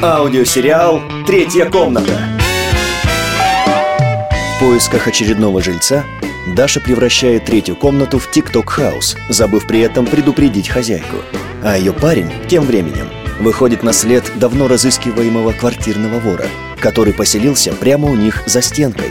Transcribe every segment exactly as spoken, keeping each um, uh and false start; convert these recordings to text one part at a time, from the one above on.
Аудиосериал «Третья комната». В поисках очередного жильца Даша превращает третью комнату в тик-ток-хаус, забыв при этом предупредить хозяйку. А ее парень, тем временем, выходит на след давно разыскиваемого квартирного вора, который поселился прямо у них за стенкой.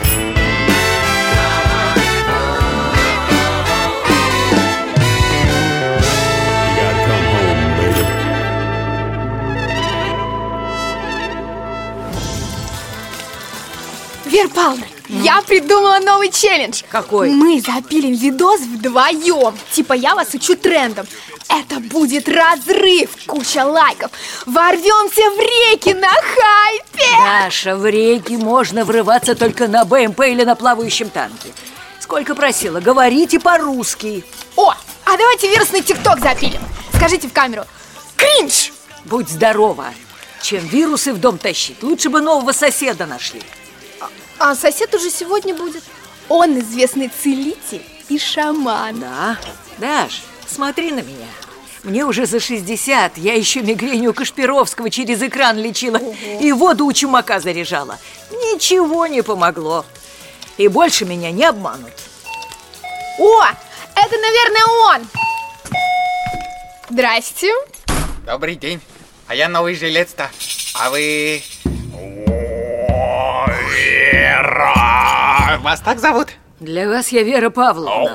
Вера Павловна, mm. я придумала новый челлендж. Какой? Мы запилим видос вдвоем. Типа я вас учу трендам. Это будет разрыв, куча лайков. Ворвемся в реки на хайпе. Даша, в реки можно врываться только на бэ эм пэ или на плавающем танке. Сколько просила, говорите по-русски. О, а давайте вирусный тикток запилим. Скажите в камеру: кринж! Будь здорова. Чем вирусы в дом тащить, лучше бы нового соседа нашли. А сосед уже сегодня будет. Он известный целитель и шаман. Да? Даш, смотри на меня. Мне уже за шестьдесят. Я еще мигрень у Кашпировского через экран лечила. Ого. И воду у чумака заряжала. Ничего не помогло. И больше меня не обманут. О, это, наверное, он. Здрасте. Добрый день. А я новый жилец-то. А вы... Вера! Вас так зовут? Для вас я Вера Павловна.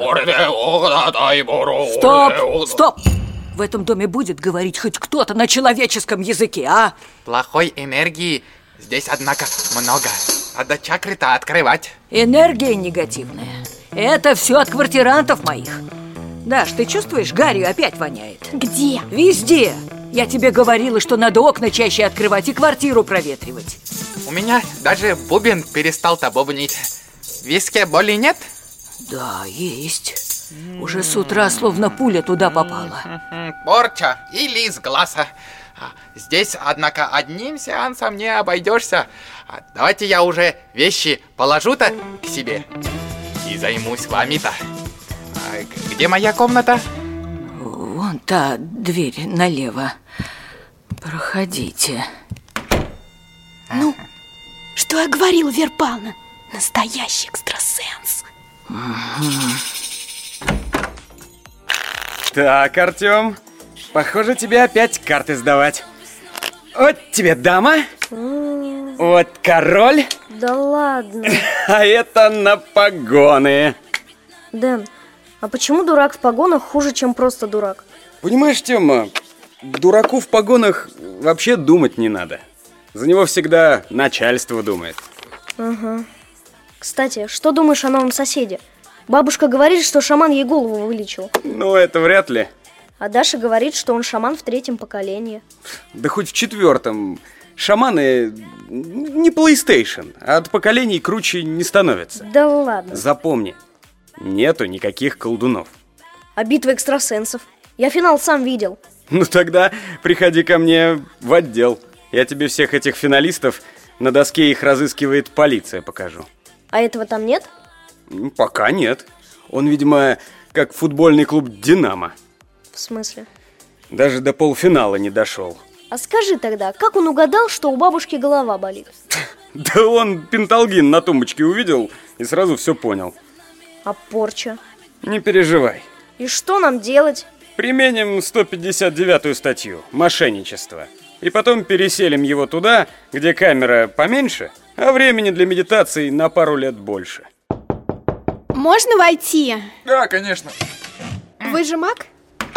Стоп, стоп! В этом доме будет говорить хоть кто-то на человеческом языке, а? Плохой энергии здесь, однако, много. Надо чакры-то открывать. Энергия негативная. Это все от квартирантов моих. Даш, ты чувствуешь, гарью опять воняет? Где? Везде. Я тебе говорила, что надо окна чаще открывать и квартиру проветривать. У меня даже бубен перестал-то бубнить. В виске боли нет? Да, есть. Уже с утра словно пуля туда попала. Порча или из глаза. Здесь, однако, одним сеансом не обойдешься. Давайте я уже вещи положу-то к себе и займусь вами-то. Где моя комната? Вон та дверь налево. Проходите. Ну, что я говорила, Вера Павловна? Настоящий экстрасенс. Так, Артем, похоже, тебе опять карты сдавать. Вот тебе дама. Вот король. Да ладно. А это на погоны. Дэн, а почему дурак в погонах хуже, чем просто дурак? Понимаешь, Тёма, дураку в погонах вообще думать не надо. За него всегда начальство думает. Ага. Кстати, что думаешь о новом соседе? Бабушка говорит, что шаман ей голову вылечил. Ну, это вряд ли. А Даша говорит, что он шаман в третьем поколении. Да хоть в четвертом. Шаманы не PlayStation, а от поколений круче не становятся. Да ладно. Запомни, нету никаких колдунов. А битва экстрасенсов? Я финал сам видел. Ну тогда приходи ко мне в отдел. Я тебе всех этих финалистов, на доске их разыскивает полиция, покажу. А этого там нет? Пока нет. Он, видимо, как футбольный клуб «Динамо». В смысле? Даже до полуфинала не дошел. А скажи тогда, как он угадал, что у бабушки голова болит? Да он пенталгин на тумбочке увидел и сразу все понял. А порча? Не переживай. И что нам делать? Применим сто пятьдесят девятую статью «Мошенничество». И потом переселим его туда, где камера поменьше, а времени для медитации на пару лет больше. Можно войти? Да, конечно. Вы же маг?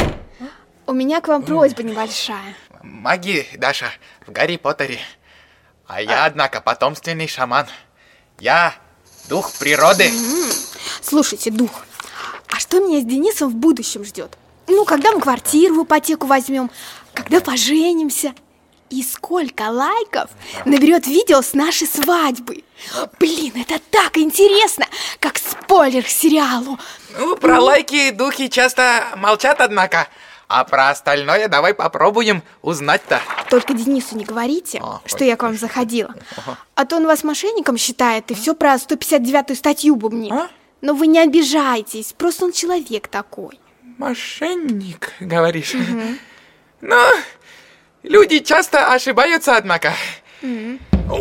У меня к вам просьба небольшая. Маги, Даша, в Гарри Поттере. А я, однако, потомственный шаман. Я дух природы. Слушайте, дух, а что меня с Денисом в будущем ждет? Ну, когда мы квартиру в ипотеку возьмем, когда поженимся. И сколько лайков наберет видео с нашей свадьбы. Блин, это так интересно, как спойлер к сериалу. Ну, про лайки духи часто молчат, однако. А про остальное давай попробуем узнать-то. Только Денису не говорите, О, что я к вам заходила. А то он вас мошенником считает и все про сто пятьдесят девятую статью бубнит. А? Но вы не обижайтесь, просто он человек такой. Мошенник, говоришь? Угу. Ну, Люди часто ошибаются, однако. Mm.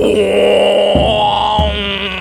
О,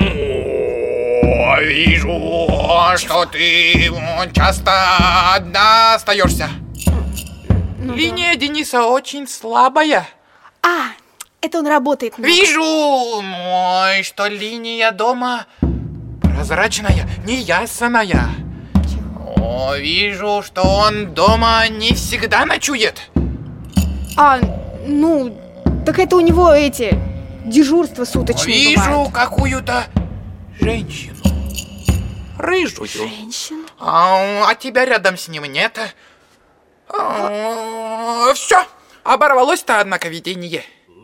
вижу, что ты часто одна остаешься. Ну, Линия да. Дениса очень слабая. А, это он работает. Много. Вижу, ой, что линия дома прозрачная, неясная. О, вижу, что он дома не всегда ночует. А, ну, так это у него эти дежурства суточные Вижу бывают. какую-то женщину. Рыжую. Женщину? А, а тебя рядом с ним нет. А, все, оборвалось-то, однако, видение.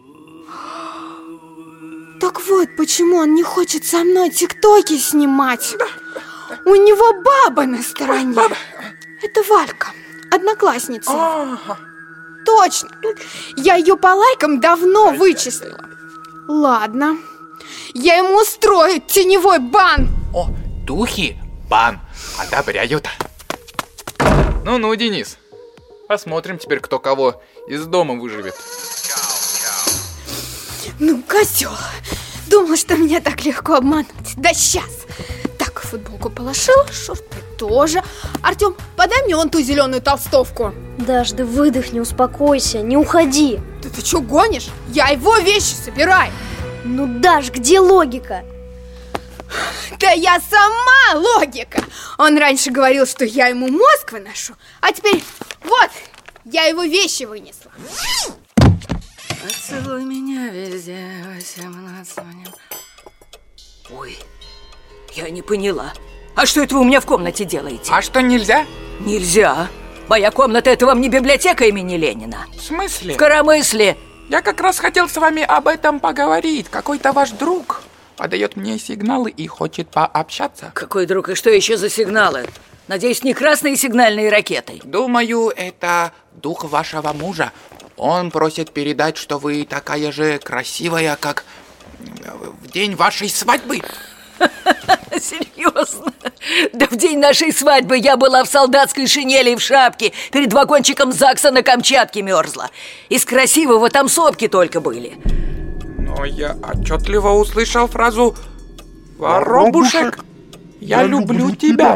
Так вот, почему он не хочет со мной тиктоки снимать. Да. У него баба на стороне. Баба. Это Валька, одноклассница. А-а-а. Точно. Я ее по лайкам давно вычислила. Ладно. Я ему устрою теневой бан. О, духи бан одобряют. Ну-ну, Денис, посмотрим теперь, кто кого из дома выживет. Ну, козел. Думал, что меня так легко обмануть. Да сейчас. Так, футболку положила, шорты тоже. Артем, подай мне вон ту зеленую толстовку. Даш, да выдохни, успокойся, не уходи. Да ты что, гонишь? Я его вещи собираю. Ну, Даш, где логика? Да я сама логика. Он раньше говорил, что я ему мозг выношу, а теперь вот, я его вещи вынесла. Поцелуй меня везде, восемнадцать. Ой, я не поняла. А что это вы у меня в комнате делаете? А что, нельзя? Нельзя. Моя комната — это вам не библиотека имени Ленина. В смысле? В коромысле. Я как раз хотел с вами об этом поговорить. Какой-то ваш друг подает мне сигналы и хочет пообщаться. Какой друг и что еще за сигналы? Надеюсь, не красные сигнальные ракеты? Думаю, это дух вашего мужа. Он просит передать, что вы такая же красивая, как в день вашей свадьбы. Серьезно? Да в день нашей свадьбы я была в солдатской шинели и в шапке. Перед вагончиком ЗАГСа на Камчатке мерзла. Из красивого там сопки только были. Но я отчетливо услышал фразу «Воробушек, я люблю тебя».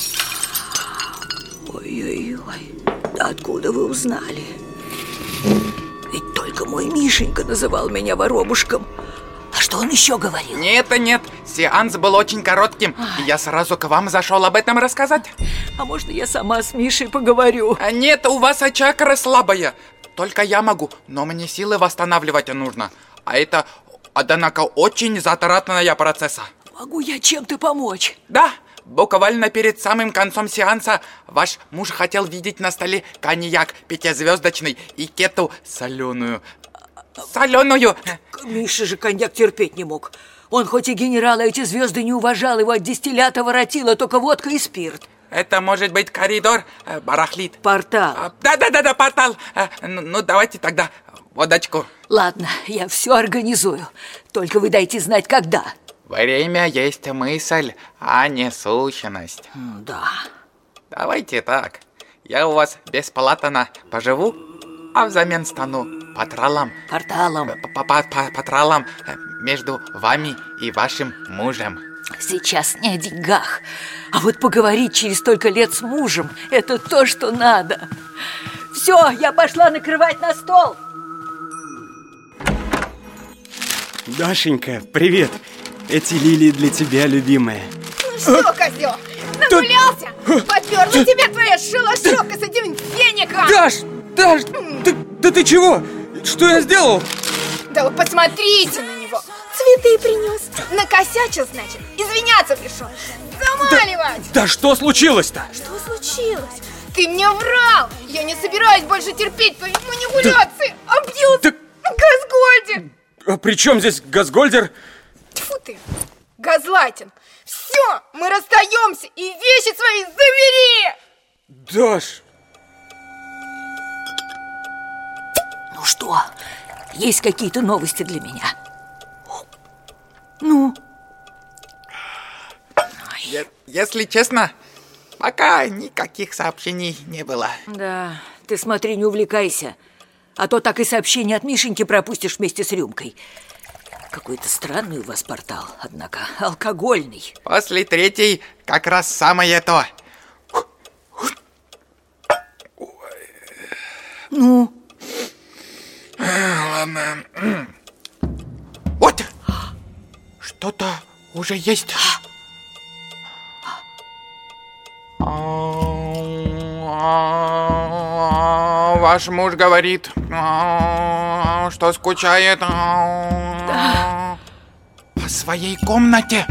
Ой-ой-ой, откуда вы узнали? Ведь только мой Мишенька называл меня воробушком. А что он еще говорил? Нет, нет, сеанс был очень коротким, и я сразу к вам зашел об этом рассказать. А можно я сама с Мишей поговорю? А нет, у вас чакра слабая. Только я могу, но мне силы восстанавливать нужно. А это, однако, очень затратная процесса. Могу я чем-то помочь? Да, буквально перед самым концом сеанса ваш муж хотел видеть на столе коньяк пятизвездочный и кету соленую. Соленую! Миша же коньяк терпеть не мог. Он хоть и генерал, а эти звезды не уважал, его от дистиллята воротило только водка и спирт. Это может быть коридор, э, барахлит. Портал. Да-да-да, портал. Э, ну, ну, давайте тогда водочку. Ладно, я все организую. Только вы дайте знать, когда. Время есть мысль, а не сущность. Да. Давайте так. Я у вас бесплатно поживу, а взамен стану патралом. Порталом. Патралом между вами и вашим мужем. Сейчас не о деньгах, а вот поговорить через столько лет с мужем – это то, что надо. Все, я пошла накрывать на стол. Дашенька, привет. Эти лилии для тебя, любимая. Ну что, козел, нагулялся? Поперла тебе твоя шелошовка с этим веником. Даш, Даш, да, да ты чего? Что я сделал? Да вы посмотрите на него. Цветы принес. Накосячил, значит. Извиняться пришел. Замаливать. Да, да что случилось-то? Что случилось? Ты мне врал. Я не собираюсь больше терпеть твои манипуляции. Да, Объелся. Да, Газгольдер. А при чем здесь Газгольдер? Тьфу ты, Газлатин. Все, мы расстаемся. И вещи свои забери. Даш. Ну что, есть какие-то новости для меня? Ну? Е- если честно, пока никаких сообщений не было. Да, ты смотри, не увлекайся. А то так и сообщение от Мишеньки пропустишь вместе с рюмкой. Какой-то странный у вас портал, однако, алкогольный. После третьей как раз самое то. Ну? Ладно. Вот! Что-то уже есть. Ваш муж говорит, что скучает по своей комнате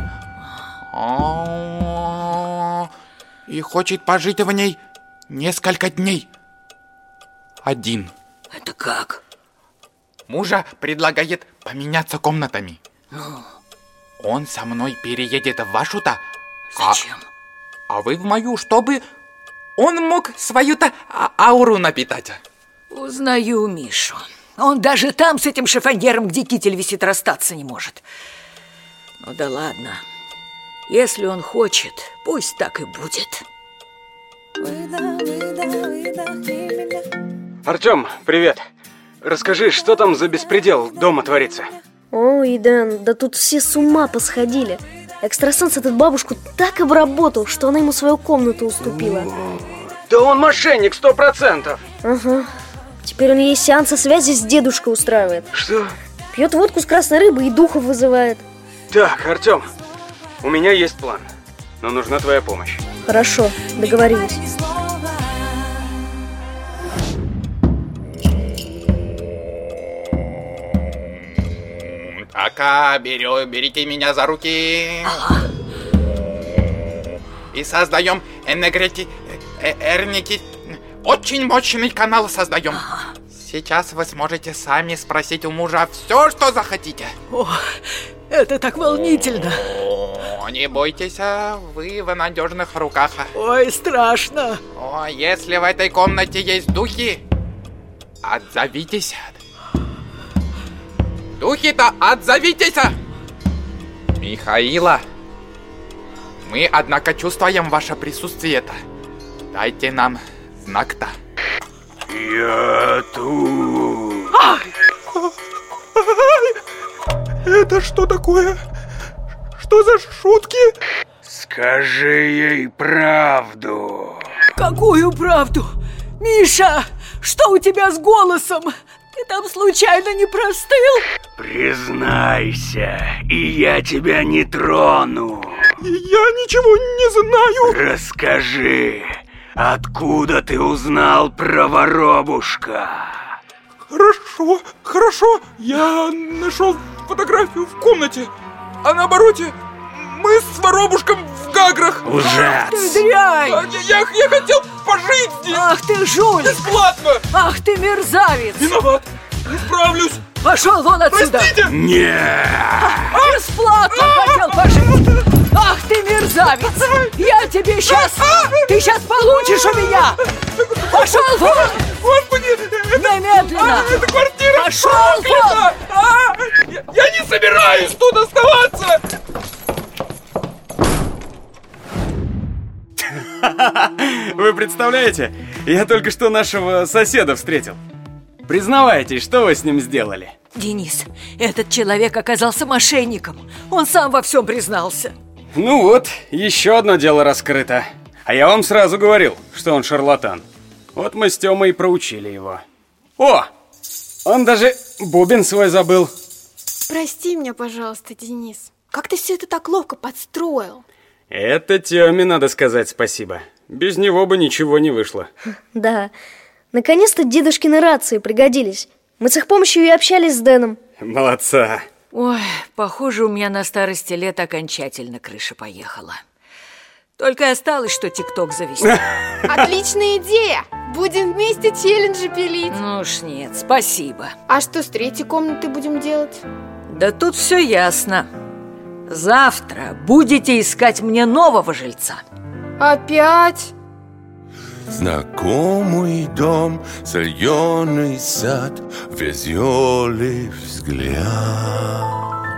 и хочет пожить в ней несколько дней. Один. Это как? Мужа предлагает поменяться комнатами. Он со мной переедет в вашу-то. Зачем? А, а вы в мою, чтобы он мог свою-то а- ауру напитать. Узнаю Мишу. Он даже там с этим шифоньером, где китель висит, расстаться не может. Ну да ладно. Если он хочет, пусть так и будет. Артем, привет. Расскажи, что там за беспредел дома творится? Ой, Дэн, да тут все с ума посходили. Экстрасенс этот бабушку так обработал, что она ему свою комнату уступила. Да он мошенник, сто процентов. Ага. Теперь он ей сеансы связи с дедушкой устраивает. Что? Пьет водку с красной рыбой и духов вызывает. Так, Артем, у меня есть план, но нужна твоя помощь. Хорошо, договорились. Ака, берё, берите меня за руки. Ага. И создаем энергети... э, эрники... Очень мощный канал создаем. Ага. Сейчас вы сможете сами спросить у мужа все, что захотите. О, это так волнительно. О, не бойтесь, вы в надежных руках. Ой, страшно. О, если в этой комнате есть духи, отзовитесь. Духи-то отзовитесь! Михаила, мы, однако, чувствуем ваше присутствие-то. Дайте нам знак-то. Я тут. Это что такое? Что за шутки? Скажи ей правду. Какую правду? Миша, что у тебя с голосом? Ты там случайно не простыл? Признайся, и я тебя не трону. Я ничего не знаю. Расскажи, откуда ты узнал про воробушка? Хорошо, хорошо. Я нашел фотографию в комнате. А на обороте мы с воробушком в гаграх. Лжец! Ты дрянь! А, Я, я, я хотел пожить здесь Ах ты жулик! бесплатно. Ах ты мерзавец! Виноват. Исправлюсь. Пошел вон отсюда! Простите. Нет! Бесплатно хотел пожить! Ах ты мерзавец! Я тебе сейчас... Ты сейчас получишь у меня! Пошел вон! Господи, это, Немедленно! а, это квартира Пошел проклята. А, я, я не собираюсь тут оставаться. Вы представляете? Я только что нашего соседа встретил. Признавайтесь, что вы с ним сделали? Денис, этот человек оказался мошенником. Он сам во всем признался. Ну вот, еще одно дело раскрыто. А я вам сразу говорил, что он шарлатан. Вот мы с Тёмой и проучили его. О! Он даже бубен свой забыл. Прости меня, пожалуйста, Денис. Как ты все это так ловко подстроил? Это Тёме надо сказать спасибо. Без него бы ничего не вышло. Да, наконец-то дедушкины рации пригодились. Мы с их помощью и общались с Дэном. Молодца. Ой, похоже, у меня на старости лет окончательно крыша поехала. Только и осталось, что ТикТок завести. Отличная идея! Будем вместе челленджи пилить. Ну уж нет, спасибо. А что с третьей комнатой будем делать? Да тут все ясно. Завтра будете искать мне нового жильца. Опять? Знакомый дом, зеленый сад, веселый взгляд.